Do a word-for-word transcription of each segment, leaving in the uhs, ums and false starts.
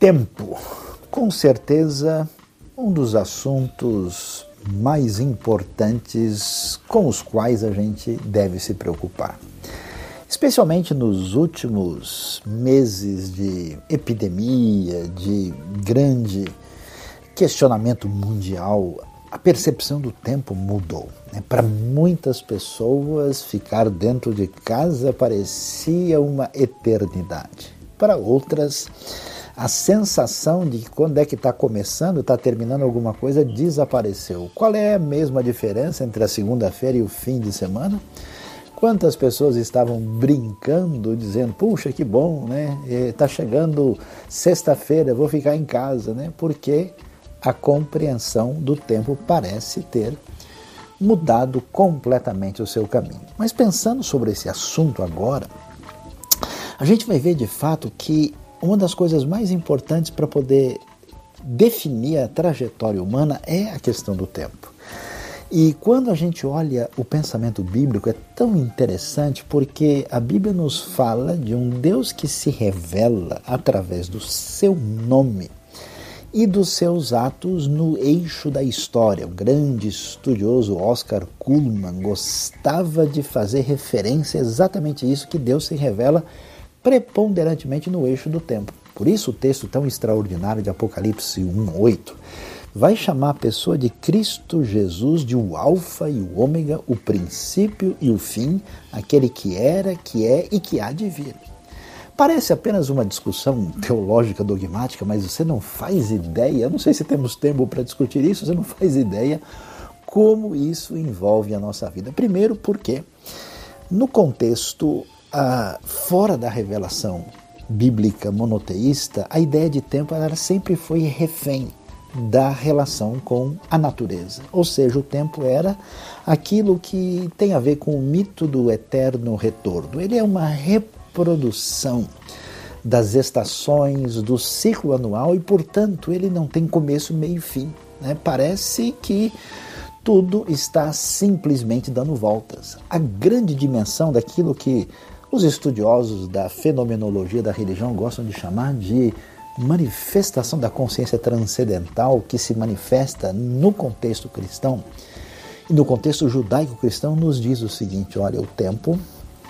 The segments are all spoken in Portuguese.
Tempo, com certeza, um dos assuntos mais importantes com os quais a gente deve se preocupar. Especialmente nos últimos meses de epidemia, de grande questionamento mundial, a percepção do tempo mudou. Né? Para muitas pessoas, ficar dentro de casa parecia uma eternidade. Para outras, a sensação de que quando é que está começando, está terminando alguma coisa, desapareceu. Qual é a mesma diferença entre a segunda-feira e o fim de semana? Quantas pessoas estavam brincando, dizendo, puxa, que bom, né? Está chegando sexta-feira, vou ficar em casa, né? Porque a compreensão do tempo parece ter mudado completamente o seu caminho. Mas pensando sobre esse assunto agora, a gente vai ver de fato que uma das coisas mais importantes para poder definir a trajetória humana é a questão do tempo. E quando a gente olha o pensamento bíblico, é tão interessante porque a Bíblia nos fala de um Deus que se revela através do seu nome e dos seus atos no eixo da história. O grande estudioso Oscar Cullmann gostava de fazer referência a exatamente isso, que Deus se revela preponderantemente no eixo do tempo. Por isso o texto tão extraordinário de Apocalipse um, oito vai chamar a pessoa de Cristo Jesus de o Alfa e o Ômega, o princípio e o fim, aquele que era, que é e que há de vir. Parece apenas uma discussão teológica dogmática, mas você não faz ideia, eu não sei se temos tempo para discutir isso, você não faz ideia como isso envolve a nossa vida. Primeiro porque, no contexto ah, fora da revelação bíblica monoteísta, a ideia de tempo ela sempre foi refém da relação com a natureza. Ou seja, o tempo era aquilo que tem a ver com o mito do eterno retorno. Ele é uma reprodução das estações, do ciclo anual e, portanto, ele não tem começo, meio e fim. Né? Parece que tudo está simplesmente dando voltas. A grande dimensão daquilo que os estudiosos da fenomenologia da religião gostam de chamar de manifestação da consciência transcendental, que se manifesta no contexto cristão e no contexto judaico-cristão, nos diz o seguinte: olha, o tempo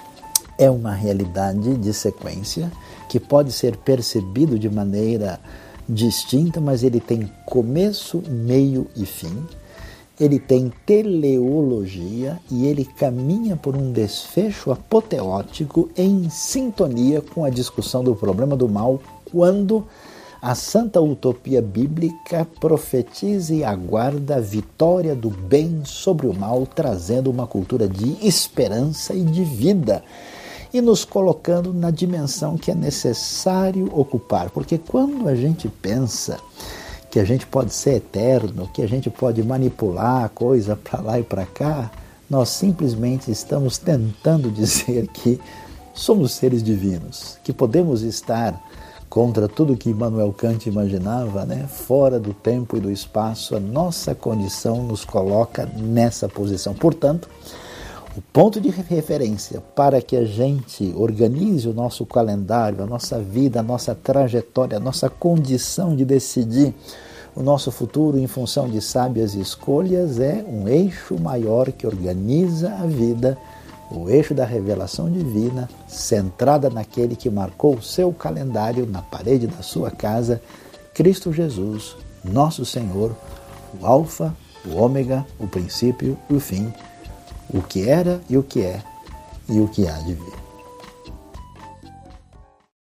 é uma realidade de sequência que pode ser percebido de maneira distinta, mas ele tem começo, meio e fim. Ele tem teleologia e ele caminha por um desfecho apoteótico em sintonia com a discussão do problema do mal, quando a santa utopia bíblica profetiza e aguarda a vitória do bem sobre o mal, trazendo uma cultura de esperança e de vida e nos colocando na dimensão que é necessário ocupar. Porque quando a gente pensa que a gente pode ser eterno, que a gente pode manipular a coisa para lá e para cá, nós simplesmente estamos tentando dizer que somos seres divinos, que podemos estar contra tudo que Immanuel Kant imaginava, né? Fora do tempo e do espaço. A nossa condição nos coloca nessa posição. Portanto, o ponto de referência para que a gente organize o nosso calendário, a nossa vida, a nossa trajetória, a nossa condição de decidir o nosso futuro em função de sábias escolhas é um eixo maior que organiza a vida, o eixo da revelação divina, centrada naquele que marcou o seu calendário na parede da sua casa, Cristo Jesus, nosso Senhor, o Alfa, o Ômega, o princípio e o fim, o que era e o que é e o que há de vir.